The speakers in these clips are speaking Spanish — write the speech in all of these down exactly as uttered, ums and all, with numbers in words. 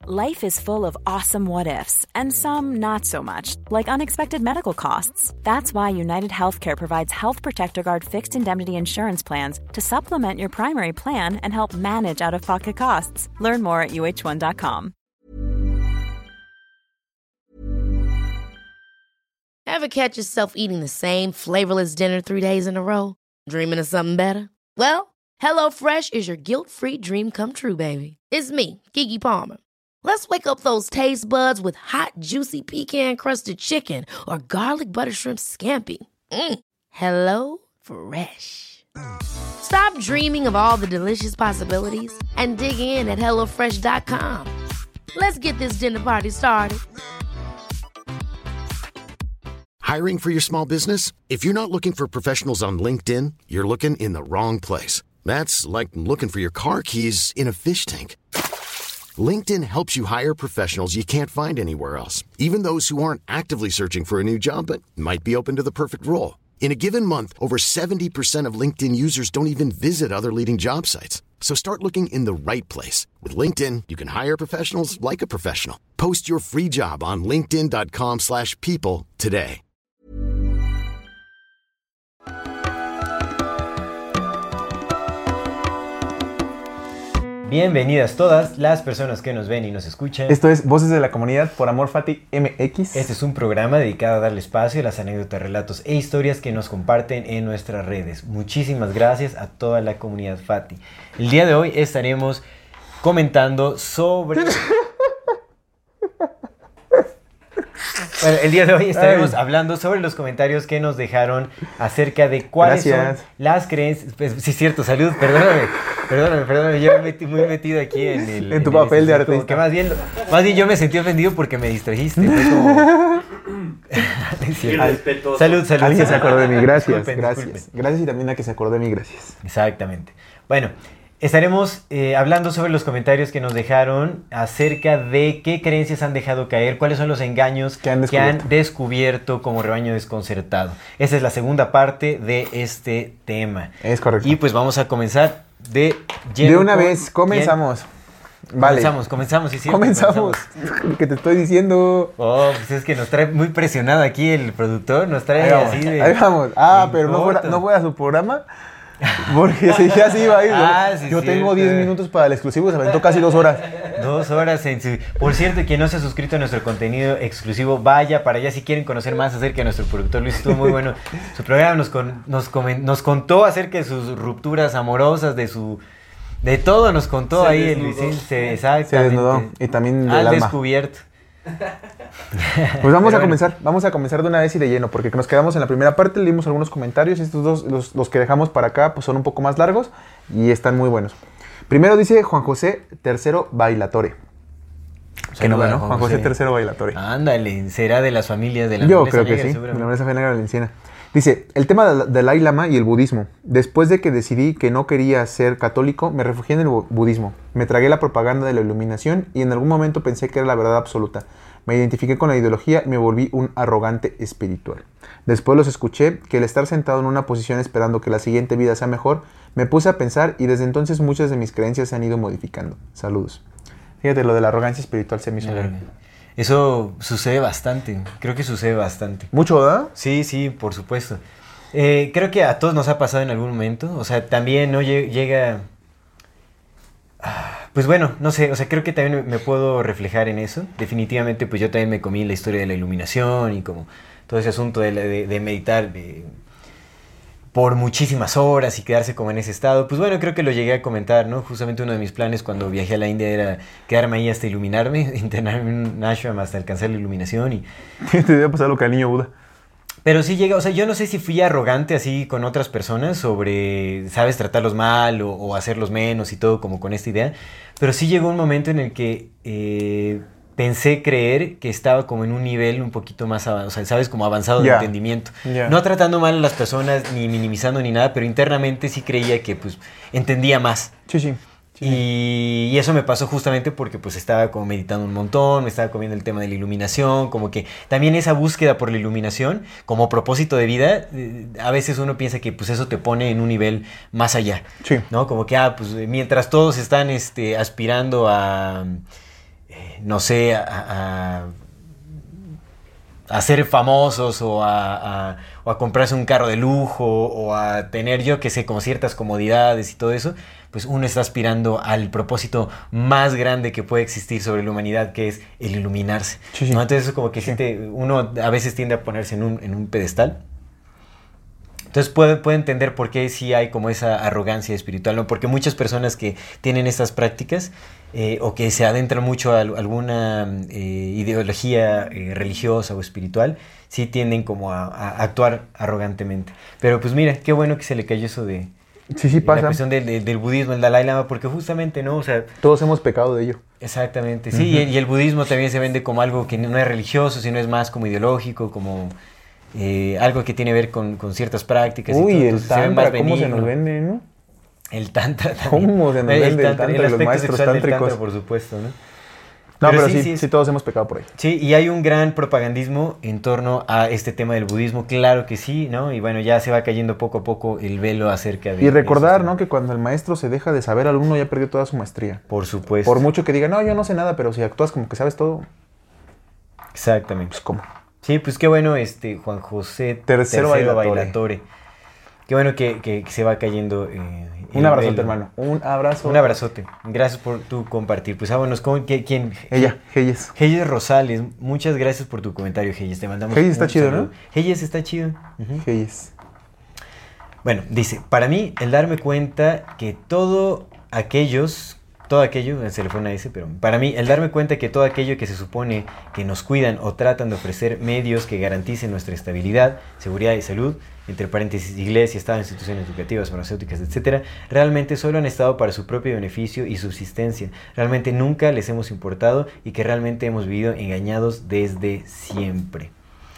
Life is full of awesome what-ifs, and some not so much, like unexpected medical costs. That's why United Healthcare provides Health Protector Guard fixed indemnity insurance plans to supplement your primary plan and help manage out-of-pocket costs. Learn more at U H one dot com. Ever catch yourself eating the same flavorless dinner three days in a row? Dreaming of something better? Well, HelloFresh is your guilt-free dream come true, baby. It's me, Keke Palmer. Let's wake up those taste buds with hot, juicy pecan-crusted chicken or garlic butter shrimp scampi. Mm. Hello Fresh. Stop dreaming of all the delicious possibilities and dig in at hello fresh dot com. Let's get this dinner party started. Hiring for your small business? If you're not looking for professionals on LinkedIn, you're looking in the wrong place. That's like looking for your car keys in a fish tank. LinkedIn helps you hire professionals you can't find anywhere else, even those who aren't actively searching for a new job but might be open to the perfect role. In a given month, over seventy percent of LinkedIn users don't even visit other leading job sites. So start looking in the right place. With LinkedIn, you can hire professionals like a professional. Post your free job on linkedin dot com slash people today. Bienvenidas todas las personas que nos ven y nos escuchan. Esto es Voces de la Comunidad por Amor Fati M X. Este es un programa dedicado a darle espacio a las anécdotas, relatos e historias que nos comparten en nuestras redes. Muchísimas gracias a toda la comunidad Fati. El día de hoy estaremos comentando sobre... Bueno, el día de hoy estaremos Ay. hablando sobre los comentarios que nos dejaron acerca de cuáles Gracias. son las creencias... Pues, sí, es cierto, salud, perdóname, perdóname, perdóname, yo me metí muy metido aquí en el... En tu en papel el, de artista. Como que más bien, más bien yo me sentí ofendido porque me distrajiste. Fue como... respetuoso. Salud, salud. Alguien se acordó de mí, gracias, Disculpen, gracias. disculpen. Gracias y también a que se acordó de mí, gracias. Exactamente. Bueno... Estaremos eh, hablando sobre los comentarios que nos dejaron acerca de qué creencias han dejado caer, cuáles son los engaños que han descubierto, que han descubierto como rebaño desconcertado. Esa es la segunda parte de este tema. Es correcto. Y pues vamos a comenzar de lleno. De una vez, comenzamos. ¿Quién? Vale. Comenzamos, comenzamos, sí, sí. Comenzamos. comenzamos. ¿Qué te estoy diciendo? Oh, pues es que nos trae muy presionado aquí el productor, nos trae ahí vamos, así de... Ahí vamos. Ah, pero no fuera, no fuera su programa... Porque si ya se iba a ir, ah, sí, yo cierto. tengo diez minutos para el exclusivo, se aventó casi dos horas. Dos horas en su... Por cierto, quien no se ha suscrito a nuestro contenido exclusivo, vaya para allá si quieren conocer más acerca de nuestro productor Luis. Estuvo muy bueno. Su programa nos, con, nos, comen, nos contó acerca de sus rupturas amorosas, de su... De todo nos contó se ahí el Luisín. Se, exactamente. Se desnudó. Y también del Al alma. descubierto. Pues vamos Pero a comenzar, bueno. vamos a comenzar de una vez y de lleno, porque nos quedamos en la primera parte, leímos algunos comentarios, estos dos, los, los que dejamos para acá, pues son un poco más largos y están muy buenos. Primero dice Juan José Tercero Bailatore. Que no, bueno, Juan José Tercero Bailatore. Ándale, será de las familias de la Yo creo que sí, de la nobleza negra valenciana. Dice, el tema del Dalai Lama y el budismo. Después de que decidí que no quería ser católico, me refugié en el budismo. Me tragué la propaganda de la iluminación y en algún momento pensé que era la verdad absoluta. Me identifiqué con la ideología y me volví un arrogante espiritual. Después los escuché, que el estar sentado en una posición esperando que la siguiente vida sea mejor, me puse a pensar y desde entonces muchas de mis creencias se han ido modificando. Saludos. Fíjate, lo de la arrogancia espiritual se me hizo bien. Eso sucede bastante, creo que sucede bastante. ¿Mucho, verdad? Sí, sí, por supuesto. Eh, creo que a todos nos ha pasado en algún momento, o sea, también no llega... Pues bueno, no sé, o sea, creo que también me puedo reflejar en eso. Definitivamente, pues yo también me comí la historia de la iluminación y como todo ese asunto de, de, de meditar de, por muchísimas horas y quedarse como en ese estado. Pues bueno, creo que lo llegué a comentar, ¿no? Justamente uno de mis planes cuando viajé a la India era quedarme ahí hasta iluminarme, internarme en un ashram hasta alcanzar la iluminación y... Te debe pasar lo que al niño Buda. Pero sí llega, o sea, yo no sé si fui arrogante así con otras personas sobre, sabes, tratarlos mal o, o hacerlos menos y todo como con esta idea, pero sí llegó un momento en el que eh, pensé creer que estaba como en un nivel un poquito más avanzado, o sea, sabes, como avanzado yeah. de entendimiento. Yeah. No tratando mal a las personas, ni minimizando ni nada, pero internamente sí creía que pues entendía más. Sí, sí. Sí. Y, y eso me pasó justamente porque pues estaba como meditando un montón, me estaba comiendo el tema de la iluminación, como que también esa búsqueda por la iluminación como propósito de vida, eh, a veces uno piensa que pues eso te pone en un nivel más allá, sí. ¿no? Como que, ah, pues mientras todos están este, aspirando a... eh, no sé, a, a, a ser famosos o a, a, o a comprarse un carro de lujo o a tener, yo que sé, como ciertas comodidades y todo eso, pues uno está aspirando al propósito más grande que puede existir sobre la humanidad, que es el iluminarse. Sí, sí. ¿No? Entonces eso como que Sí. siente, uno a veces tiende a ponerse en un, en un pedestal. Entonces puede, puede entender por qué sí hay como esa arrogancia espiritual, ¿no? Porque muchas personas que tienen estas prácticas eh, o que se adentran mucho a alguna eh, ideología eh, religiosa o espiritual, sí tienden como a, a actuar arrogantemente. Pero pues mira, qué bueno que se le cayó eso de, Sí, sí de la pasa. cuestión del, del, del budismo, el Dalai Lama, porque justamente, ¿no? O sea, Todos hemos pecado de ello. exactamente, sí, uh-huh. y, y el budismo también se vende como algo que no es religioso, sino es más como ideológico, como... Eh, algo que tiene que ver con, con ciertas prácticas. Uy, y todo, el se ve tantra, ¿cómo se nos vende, no? El tantra también. ¿Cómo se nos vende el, el tantra? El Los aspecto maestros sexual del tántricos. tantra, por supuesto, ¿no? No, pero, pero sí, sí, sí, sí, sí, todos hemos pecado por ahí. Sí, y hay un gran propagandismo en torno a este tema del budismo, claro que sí, ¿no? Y bueno, ya se va cayendo poco a poco el velo acerca de... Y recordar, de ¿no? Que cuando el maestro se deja de saber, el alumno ya perdió toda su maestría. Por supuesto. Por mucho que diga, no, yo no sé nada, pero si actúas como que sabes todo... Exactamente. Pues, ¿cómo? Sí, pues qué bueno, este, Juan José Tercero, Tercero Bailatore. Bailatore. Qué bueno que, que, que se va cayendo... Eh, un abrazote, hermano. Un abrazo. Un abrazote. Gracias por tu compartir. Pues vámonos con... ¿Quién? Ella, Geyes. Geyes Rosales. Muchas gracias por tu comentario, Geyes. Te mandamos Geyes está un chido, saludo. ¿no? Geyes está chido. Uh-huh. Geyes. Bueno, dice, para mí el darme cuenta que todo aquellos... Todo aquello, se le fue una S, pero para mí el darme cuenta que todo aquello que se supone que nos cuidan o tratan de ofrecer medios que garanticen nuestra estabilidad, seguridad y salud, entre paréntesis, iglesia, Estado, instituciones educativas, farmacéuticas, etcétera, realmente solo han estado para su propio beneficio y subsistencia. Realmente nunca les hemos importado y que realmente hemos vivido engañados desde siempre.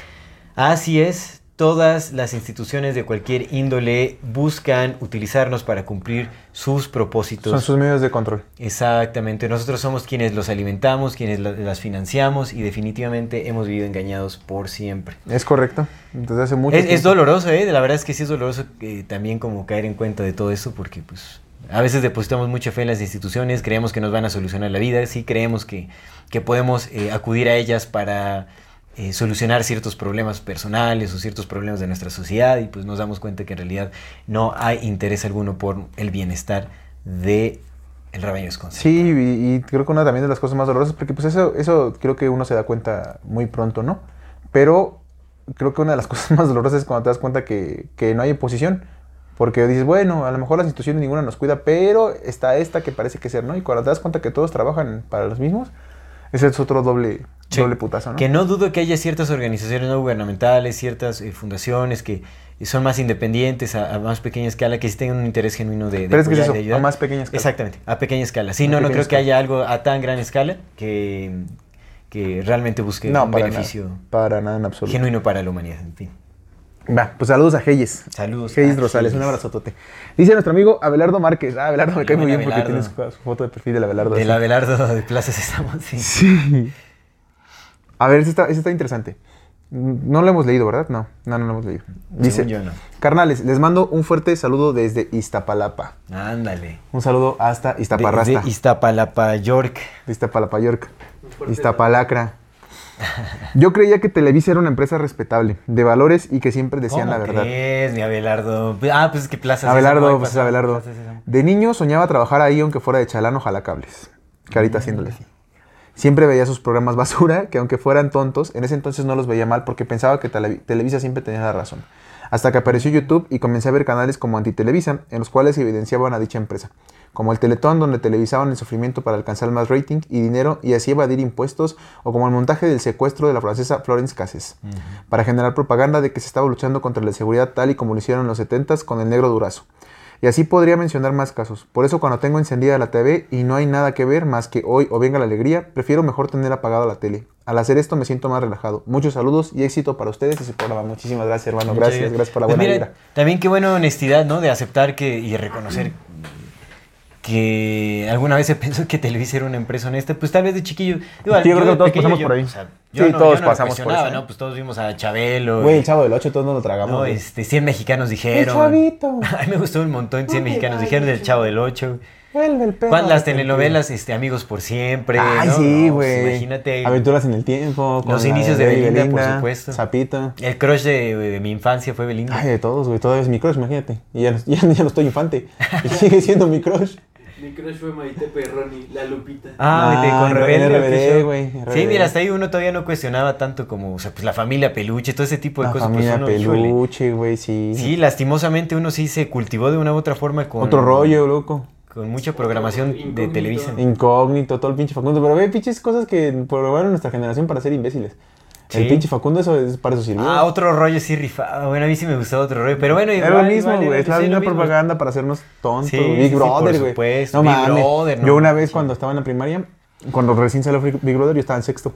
Así es. Todas las instituciones de cualquier índole buscan utilizarnos para cumplir sus propósitos. Son sus medios de control. Exactamente. Nosotros somos quienes los alimentamos, quienes las financiamos y definitivamente hemos vivido engañados por siempre. Es correcto. Desde hace mucho es, tiempo. Es doloroso, ¿eh? La verdad es que sí es doloroso eh, también como caer en cuenta de todo eso porque pues a veces depositamos mucha fe en las instituciones, creemos que nos van a solucionar la vida, sí creemos que, que podemos eh, acudir a ellas para... Eh, solucionar ciertos problemas personales o ciertos problemas de nuestra sociedad y pues nos damos cuenta que en realidad no hay interés alguno por el bienestar de el rebaño desconcertado. Sí, y, y creo que una también de las cosas más dolorosas, porque pues eso, eso creo que uno se da cuenta muy pronto, ¿no? Pero creo que una de las cosas más dolorosas es cuando te das cuenta que, que no hay oposición. Porque dices, bueno, a lo mejor las instituciones ninguna nos cuida, pero está esta que parece que ser, ¿no? Y cuando te das cuenta que todos trabajan para los mismos, ese es otro doble, sí, doble putazo, ¿no? Que no dudo que haya ciertas organizaciones no gubernamentales, ciertas eh, fundaciones que son más independientes, a, a más pequeña escala, que sí tengan un interés genuino de, de Pero es que es eso, de ayudar. a más pequeña escala. Exactamente, a pequeña escala. Sí, a no, no creo escala. que haya algo a tan gran escala que, que realmente busque no, un para beneficio nada, para nada en absoluto. genuino para la humanidad, en fin. Va, pues saludos a Geyes. Saludos. Geyes Rosales, un abrazotote. Dice nuestro amigo Abelardo Márquez. Ah, Abelardo me cae muy bien porque tiene su, su foto de perfil del Abelardo. Del Abelardo de Plazas estamos, sí. Sí. A ver, ese está, ese está interesante. No lo hemos leído, ¿verdad? No, no, no lo hemos leído. Dice, yo no. Carnales, les mando un fuerte saludo desde Iztapalapa. Ándale. Un saludo hasta Iztaparrasta. De, de Iztapalapa, York. De Iztapalapa, York. Iztapalacra. Yo creía que Televisa era una empresa respetable, de valores y que siempre decían la verdad. ¿Qué es, mi Abelardo? Ah, pues es que Plaza Abelardo, Sésamo, pues es Plaza, Abelardo. Plaza Sésamo. De niño soñaba trabajar ahí aunque fuera de chalán o jalacables. Carita mm. haciéndole así. Siempre veía sus programas basura, que aunque fueran tontos, en ese entonces no los veía mal porque pensaba que tele- Televisa siempre tenía la razón. Hasta que apareció YouTube y comencé a ver canales como Antitelevisa, en los cuales se evidenciaban a dicha empresa. Como el Teletón, donde televisaban el sufrimiento para alcanzar más rating y dinero y así evadir impuestos, o como el montaje del secuestro de la francesa Florence Cassés, uh-huh. para generar propaganda de que se estaba luchando contra la inseguridad tal y como lo hicieron en los setentas con el Negro Durazo. Y así podría mencionar más casos. Por eso cuando tengo encendida la T V y no hay nada que ver más que Hoy o Venga la Alegría, prefiero mejor tener apagada la tele. Al hacer esto me siento más relajado. Muchos saludos y éxito para ustedes y su programa. Muchísimas gracias, hermano. Muchas gracias, gracias por la pues buena mira, vida. También qué buena honestidad, ¿no? De aceptar que y reconocer que alguna vez se pensó que Televisa era una empresa honesta, pues tal vez de chiquillo. Igual, sí, yo creo que todos pequeño, pasamos yo, por ahí. O sea, yo sí, no, todos yo no pasamos por eso. ¿no? Pues todos vimos a Chabelo. Güey, el Chavo del Ocho, todos nos lo tragamos. No, güey. este, cien mexicanos dijeron. El chavito. A mí me gustó un montón, cien mexicanos dijeron del Chavo del Ocho. Vuelve el perro. Cuando las telenovelas, este, Amigos por Siempre. Ay, ¿no? sí, No, güey. pues, imagínate. Aventuras en el tiempo. Los con la inicios de Belinda, por Belinda, supuesto. Zapito. El crush de, de mi infancia fue Belinda. Ay, de todos, güey. Todavía es mi crush, imagínate. Y ya, no- ya, ya no estoy infante. Y sigue siendo mi crush. Mi crush fue Maite Perroni, la Lupita. Ah, vete, con en Rebelde. R B D, ¿o qué show? güey, R B D. Sí, mira, hasta ahí uno todavía no cuestionaba tanto como, o sea, pues la familia peluche, todo ese tipo de La cosas. familia pues uno, híjole. peluche, güey, sí. Sí, lastimosamente uno sí se cultivó de una u otra forma con... Otro rollo, loco. Con mucha programación de Incógnito. Televisa. Incógnito, todo el pinche Facundo. Pero ve, pinches cosas que probaron nuestra generación para ser imbéciles. Sí. El pinche Facundo, eso es para eso sirvió. Ah, otro rollo sí rifado. Bueno, a mí sí me gustaba otro rollo. Pero bueno, Era igual, lo mismo, igual, güey. Es la sí, lo misma mismo. propaganda para hacernos tontos. Sí, Big sí, sí, Brother, por güey. supuesto. No Big mames. Brother, no Yo una vez manches. cuando estaba en la primaria, cuando recién salió Big Brother, yo estaba en sexto.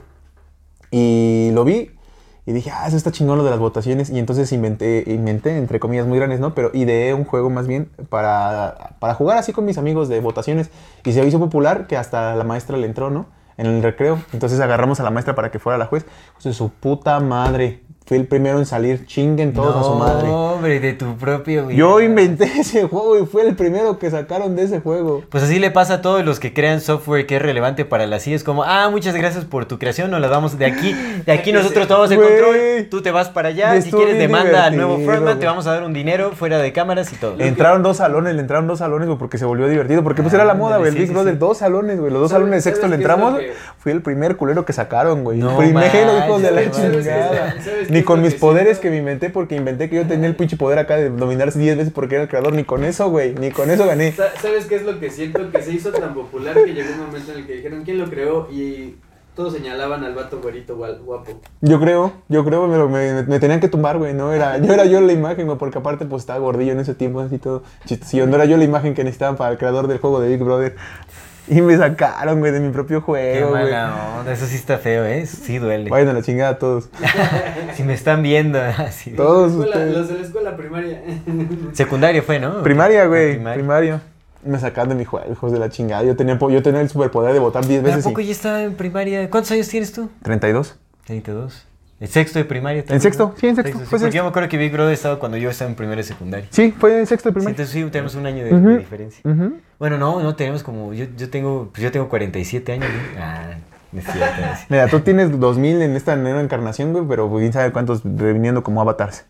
Y lo vi y dije, ah, eso está chingón lo de las votaciones. Y entonces inventé, inventé, entre comillas muy grandes, ¿no? Pero ideé un juego más bien para, para jugar así con mis amigos de votaciones. Y se hizo popular que hasta la maestra le entró, ¿no? En el recreo. Entonces agarramos a la maestra para que fuera la juez. Pues de su puta madre. Fui el primero en salir. Chinguen todos a su madre. No, hombre, de tu propio... Yo inventé ese juego y fue el primero que sacaron de ese juego. Pues así le pasa a todos los que crean software que es relevante para la C I E. Es como, ah, muchas gracias por tu creación, nos la damos de aquí. De aquí nosotros tomamos el Güey. control, tú te vas para allá. Si Estuvo quieres bien demanda al nuevo divertido, frontman, te güey. vamos a dar un dinero fuera de cámaras y todo. Le entraron dos salones, le entraron dos salones, güey, porque se volvió divertido. Porque pues era la moda, güey, el Ándale, Big sí, Brother, sí, sí. dos salones, güey. Los dos ¿Sabes- salones de sexto sabes le qué es lo entramos. que- Fui el primer culero que sacaron, güey. No Primero, manches, hijos de la ¿sabes qué es- chingada. sabes qué Ni es con lo mis que poderes siento? que me inventé, porque inventé que yo tenía el pinche poder acá de dominar diez veces porque era el creador. Ni con eso, güey, ni con eso gané. Sa- ¿Sabes qué es lo que siento? Que se hizo tan popular que llegó un momento en el que dijeron quién lo creó y todos señalaban al vato güerito gual- guapo. Yo creo, yo creo, pero me, me tenían que tumbar, güey. No era, yo era yo la imagen, güey, porque aparte pues estaba gordillo en ese tiempo, así todo chistosillo. No era yo la imagen que necesitaban para el creador del juego de Big Brother. Y me sacaron, güey, de mi propio Qué juego, güey. mala onda, eso sí está feo, ¿eh? Eso sí duele. Vayan a la chingada todos. Si me están viendo, así. Todos Los de la escuela- ustedes. los de la escuela primaria. Secundario fue, ¿no? Primaria, güey, Primaria. primario. Me sacaron de mi juego, hijos de la chingada. Yo tenía, po- yo tenía el superpoder de votar diez ¿Pero ¿A veces poco y... ya estaba en primaria? ¿Cuántos años tienes tú? treinta y dos. treinta y dos. ¿El sexto de primaria también? ¿En sexto? ¿no? Sí, en sexto, sí, fue porque sexto. yo me acuerdo que Big Brother estaba cuando yo estaba en primera y secundaria. Sí, fue en sexto de Sí, primaria. entonces sí, tenemos un año de, Ujú. de diferencia. Ujú. Bueno, no, no, tenemos como... Yo, yo tengo pues yo tengo cuarenta y siete años, ¿no? Ah, no es cierto. no es cierto. Mira, tú tienes dos mil en esta nueva encarnación, güey, pero pues, quién sabe cuántos reviniendo como avatars.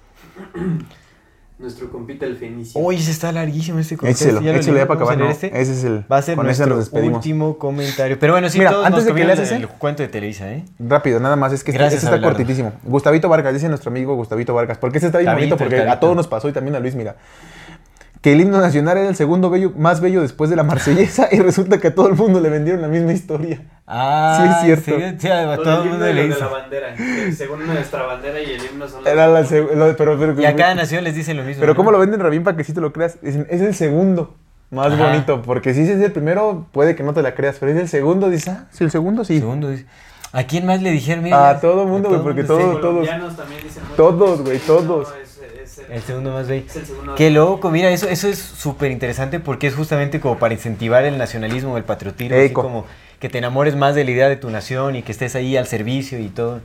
Nuestro compita el Fenicio. Oye, ese está larguísimo este contexto. Échelo, ¿Ya lo échelo ya leímos? para ¿Vamos a acabar, ¿no? leer este? Ese es el... Va a ser con ese nuestro nos despedimos. último comentario. Pero bueno, sí, Mira, todos antes nos de que comieron leas el, ese- el cuento de Televisa, ¿eh? Rápido, nada más, es que este, Gracias, este está Abelardo. cortitísimo. Gustavito Vargas, dice nuestro amigo Gustavito Vargas. Porque este está bien Tabito, bonito, porque Tabito. a todos nos pasó y también a Luis, mira. Que el himno nacional era el segundo bello, más bello después de la marsellesa y resulta que a todo el mundo le vendieron la misma historia. Ah, Sí, es cierto. ¿en serio? Sí, a Con todo el himno mundo y le lo de hizo. la bandera. que según nuestra bandera y el himno son las- Era la seg- lo- pero, pero, Y a cada nación les dicen lo mismo. pero ¿no? ¿cómo lo venden re bien para que sí te lo creas? Dicen, es el segundo más Ajá. bonito, porque si ese es el primero, puede que no te la creas, pero es el segundo, dices, ah, sí, el segundo sí. Segundo dice. ¿A quién más le dijeron? Mira, A todo mundo, güey, porque sí. todo- Los colombianos también dicen mucho Todos, que güey, el himno todos. es- es el- El segundo más bello. es el segundo Qué más- loco, mira, eso, eso es súper interesante porque es justamente como para incentivar el nacionalismo, el patriotismo, así Eco. como que te enamores más de la idea de tu nación y que estés ahí al servicio y todo.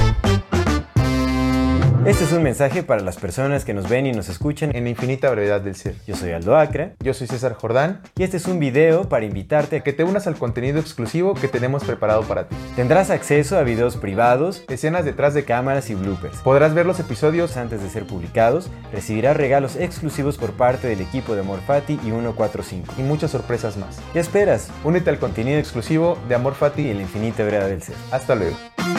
Este es un mensaje para las personas que nos ven y nos escuchan. En la infinita brevedad del ser. Yo soy Aldo Acra Yo soy César Jordán. y este es un video para invitarte a que Que te unas al contenido exclusivo que tenemos preparado para ti. tendrás acceso a videos privados, Escenas detrás de cámara. cámaras y bloopers. Podrás ver los episodios. Antes de ser publicados, recibirás regalos exclusivos por parte del equipo de Amor Fati y ciento cuarenta y cinco. Y muchas sorpresas más. ¿Qué esperas? Únete al contenido exclusivo de Amor Y Fati. en la infinita verdad del ser. Hasta luego.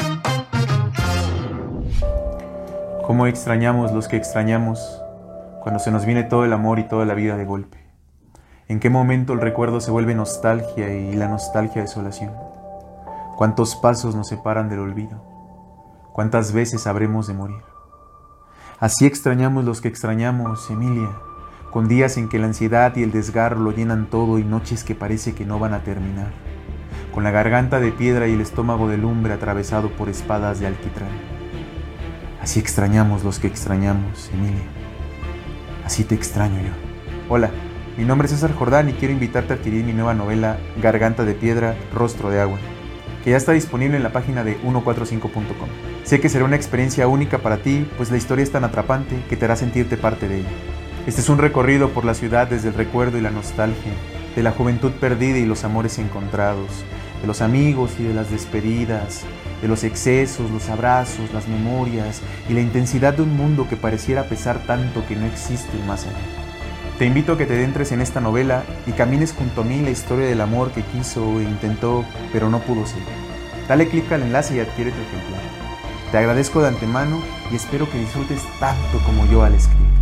Cómo extrañamos los que extrañamos cuando se nos viene todo el amor y toda la vida de golpe. En qué momento el recuerdo se vuelve nostalgia y la nostalgia desolación. Cuántos pasos nos separan del olvido. Cuántas veces habremos de morir. Así extrañamos los que extrañamos, Emilia, con días en que la ansiedad y el desgarro lo llenan todo y noches que parece que no van a terminar, con la garganta de piedra y el estómago de lumbre atravesado por espadas de alquitrán. Así extrañamos los que extrañamos, Emilia. Así te extraño yo. Hola, mi nombre es César Jordán y quiero invitarte a adquirir mi nueva novela Garganta de Piedra, Rostro de Agua, que ya está disponible en la página de ciento cuarenta y cinco punto com. Sé que será una experiencia única para ti, pues la historia es tan atrapante que te hará sentirte parte de ella. Este es un recorrido por la ciudad desde el recuerdo y la nostalgia, de la juventud perdida y los amores encontrados, de los amigos y de las despedidas, de los excesos, los abrazos, las memorias y la intensidad de un mundo que pareciera pesar tanto que no existe más allá. Te invito a que te adentres en esta novela y camines junto a mí la historia del amor que quiso e intentó, pero no pudo ser. Dale clic al enlace y adquiere tu ejemplar. Te agradezco de antemano y espero que disfrutes tanto como yo al escribir.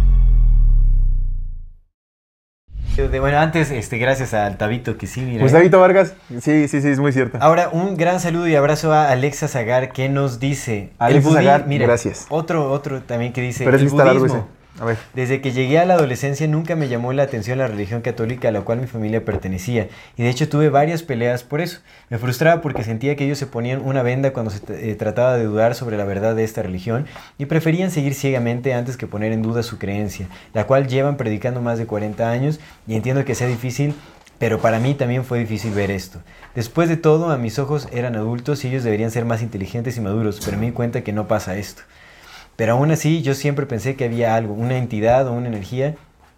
Bueno, antes, este, gracias al Tabito que sí, mira. Pues Tabito Vargas, sí, sí, sí, es muy cierto. Ahora, un gran saludo y abrazo a Alexa Zagar, que nos dice... Alexa el budi- Zagar, mira, gracias. Otro, otro también que dice... Pero es el lista largo budismo. ese. A ver. Desde que llegué a la adolescencia nunca me llamó la atención la religión católica a la cual mi familia pertenecía, y de hecho tuve varias peleas por eso. Me frustraba porque sentía que ellos se ponían una venda cuando se eh, trataba de dudar sobre la verdad de esta religión, y preferían seguir ciegamente antes que poner en duda su creencia, la cual llevan predicando más de cuarenta años, y entiendo que sea difícil, pero para mí también fue difícil ver esto. Después de todo, a mis ojos eran adultos y ellos deberían ser más inteligentes y maduros, pero me di cuenta que no pasa esto. Pero aún así, yo siempre pensé que había algo, una entidad o una energía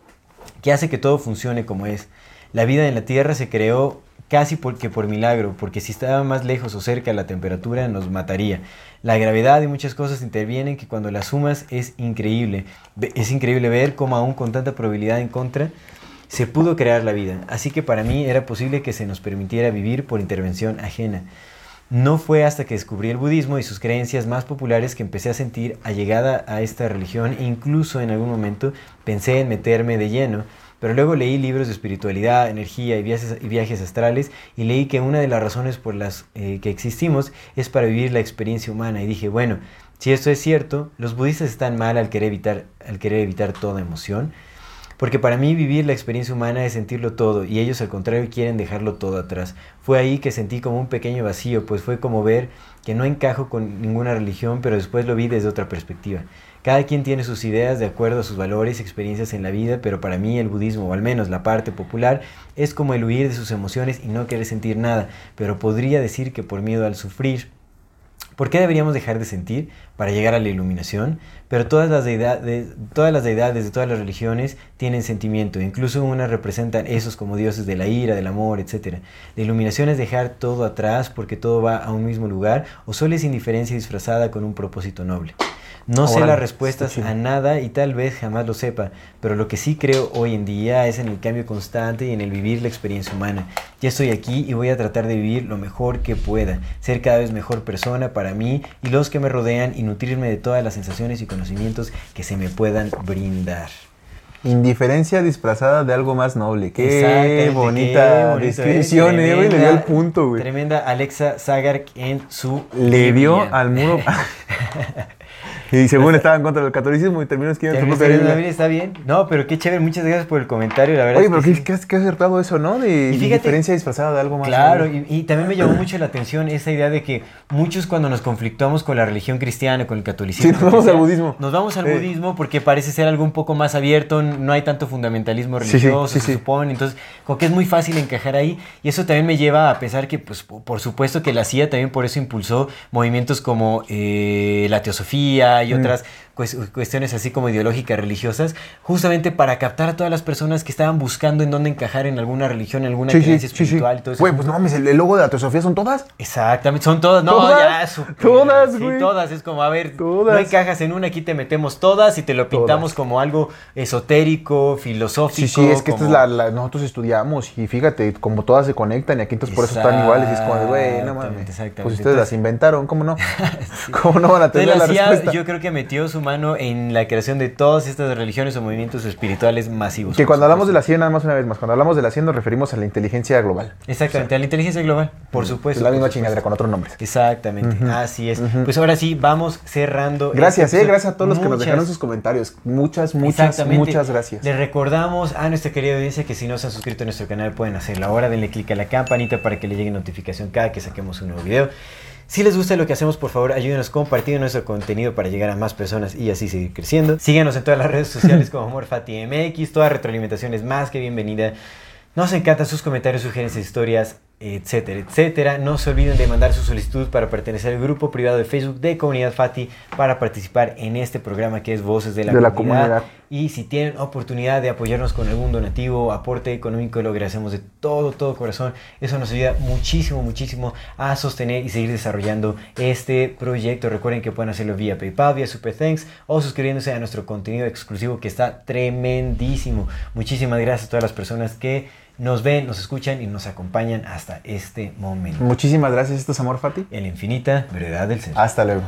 que hace que todo funcione como es. La vida en la Tierra se creó casi porque por milagro, porque si estaba más lejos o cerca la temperatura nos mataría. La gravedad y muchas cosas intervienen que cuando las sumas es increíble. Es increíble ver cómo aún con tanta probabilidad en contra se pudo crear la vida. Así que para mí era posible que se nos permitiera vivir por intervención ajena. No fue hasta que descubrí el budismo y sus creencias más populares que empecé a sentir allegada a esta religión, e incluso en algún momento pensé en meterme de lleno, pero luego leí libros de espiritualidad, energía y viajes, y viajes astrales, y leí que una de las razones por las eh, que existimos es para vivir la experiencia humana, y dije, bueno, si esto es cierto, los budistas están mal al querer evitar, al querer evitar toda emoción. Porque para mí vivir la experiencia humana es sentirlo todo, y ellos al contrario quieren dejarlo todo atrás. Fue ahí que sentí como un pequeño vacío, pues fue como ver que no encajo con ninguna religión, pero después lo vi desde otra perspectiva. Cada quien tiene sus ideas de acuerdo a sus valores y experiencias en la vida, pero para mí el budismo, o al menos la parte popular, es como el huir de sus emociones y no querer sentir nada, pero podría decir que por miedo al sufrir. ¿Por qué deberíamos dejar de sentir para llegar a la iluminación? Pero todas las deidades, todas las deidades de todas las religiones tienen sentimiento, incluso unas representan esos como dioses de la ira, del amor, etcétera. La iluminación es dejar todo atrás porque todo va a un mismo lugar, o solo es indiferencia disfrazada con un propósito noble. No sé las respuestas a nada y tal vez jamás lo sepa, pero lo que sí creo hoy en día es en el cambio constante y en el vivir la experiencia humana. Ya estoy aquí y voy a tratar de vivir lo mejor que pueda, ser cada vez mejor persona para mí y los que me rodean, y nutrirme de todas las sensaciones y conocimientos que se me puedan brindar. Indiferencia disfrazada de algo más noble. Qué bonita qué descripción, eh, güey. Le dio el punto, güey. Tremenda Alexa Zagar en su... Le dio al muro... Y según estaba en contra del catolicismo y terminó escribiendo su propia Biblia. Está bien. No, pero qué chévere. Muchas gracias por el comentario. La verdad Oye, es pero que qué, sí. qué, qué acertado eso, ¿no? De fíjate, diferencia disfrazada de algo más. Claro, y, y también me llamó mucho la atención esa idea de que muchos cuando nos conflictuamos con la religión cristiana, con el catolicismo... Sí, nos vamos sea, al budismo. Nos vamos al eh. budismo porque parece ser algo un poco más abierto, no hay tanto fundamentalismo religioso, sí, sí, sí, se sí. supone. Entonces, como que es muy fácil encajar ahí. Y eso también me lleva a pensar que, pues, por supuesto que la C I A también por eso impulsó movimientos como eh, la teosofía y mm. otras... cuestiones así como ideológicas, religiosas, justamente para captar a todas las personas que estaban buscando en dónde encajar en alguna religión, en alguna sí, creencia sí, espiritual sí. y todo eso. Güey, pues no mames, el, el logo de la teosofía son todas. Exactamente, son todas. No, ¿Todas? ya, super, todas, güey. Sí, todas. Es como, a ver, todas. No encajas en una, aquí te metemos todas y te lo pintamos todas. Como algo esotérico, filosófico. Sí, sí, es que como... esta es la, la, nosotros estudiamos y fíjate, como todas se conectan y aquí entonces por eso están iguales y es como, güey, no mames. Pues ustedes entonces, las inventaron, ¿cómo no? sí. ¿Cómo no van a tener entonces, la, la respuesta? Yo creo que metió su mano en la creación de todas estas religiones o movimientos espirituales masivos. Que cuando hablamos de la C I A, nada más una vez más, cuando hablamos de la C I A nos referimos a la inteligencia global. Exactamente, o sea, a la inteligencia global, por supuesto. Es la misma supuesto. chingadera con otros nombres. Exactamente, uh-huh. así es. Uh-huh. Pues ahora sí, vamos cerrando. Gracias, este eh, gracias a todos muchas, los que nos dejaron sus comentarios. Muchas, muchas, muchas gracias. Les recordamos a nuestra querida audiencia que si no se han suscrito a nuestro canal pueden hacerlo ahora. Denle clic a la campanita para que le llegue notificación cada que saquemos un nuevo video. Si les gusta lo que hacemos, por favor, ayúdenos compartiendo nuestro contenido para llegar a más personas y así seguir creciendo. Síganos en todas las redes sociales como AmorFatiMX. Toda retroalimentación es más que bienvenida. Nos encantan sus comentarios, sugerencias, historias. etcétera, etcétera. No se olviden de mandar su solicitud para pertenecer al grupo privado de Facebook de Comunidad Fati para participar en este programa que es Voces de la, de la comunidad. comunidad. Y si tienen oportunidad de apoyarnos con algún donativo, aporte económico, lo agradecemos de todo, todo corazón. Eso nos ayuda muchísimo, muchísimo a sostener y seguir desarrollando este proyecto. Recuerden que pueden hacerlo vía PayPal, vía Super Thanks o suscribiéndose a nuestro contenido exclusivo que está tremendísimo. Muchísimas gracias a todas las personas que nos ven, nos escuchan y nos acompañan hasta este momento. Muchísimas gracias. Esto es Amor Fati. En la infinita brevedad del ser. Hasta luego.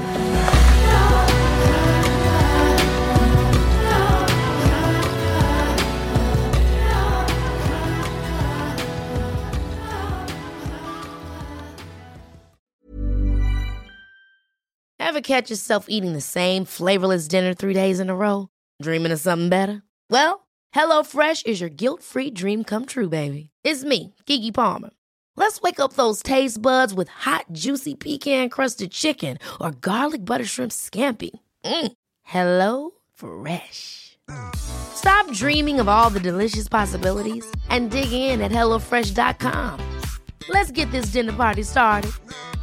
Ever catch yourself eating the same flavorless dinner three days in a row? Dreaming of something better? Well, HelloFresh is your guilt-free dream come true, baby. It's me, Keke Palmer. Let's wake up those taste buds with hot, juicy pecan-crusted chicken or garlic butter shrimp scampi. Mm. Hello Fresh. Stop dreaming of all the delicious possibilities and dig in at hello fresh dot com. Let's get this dinner party started.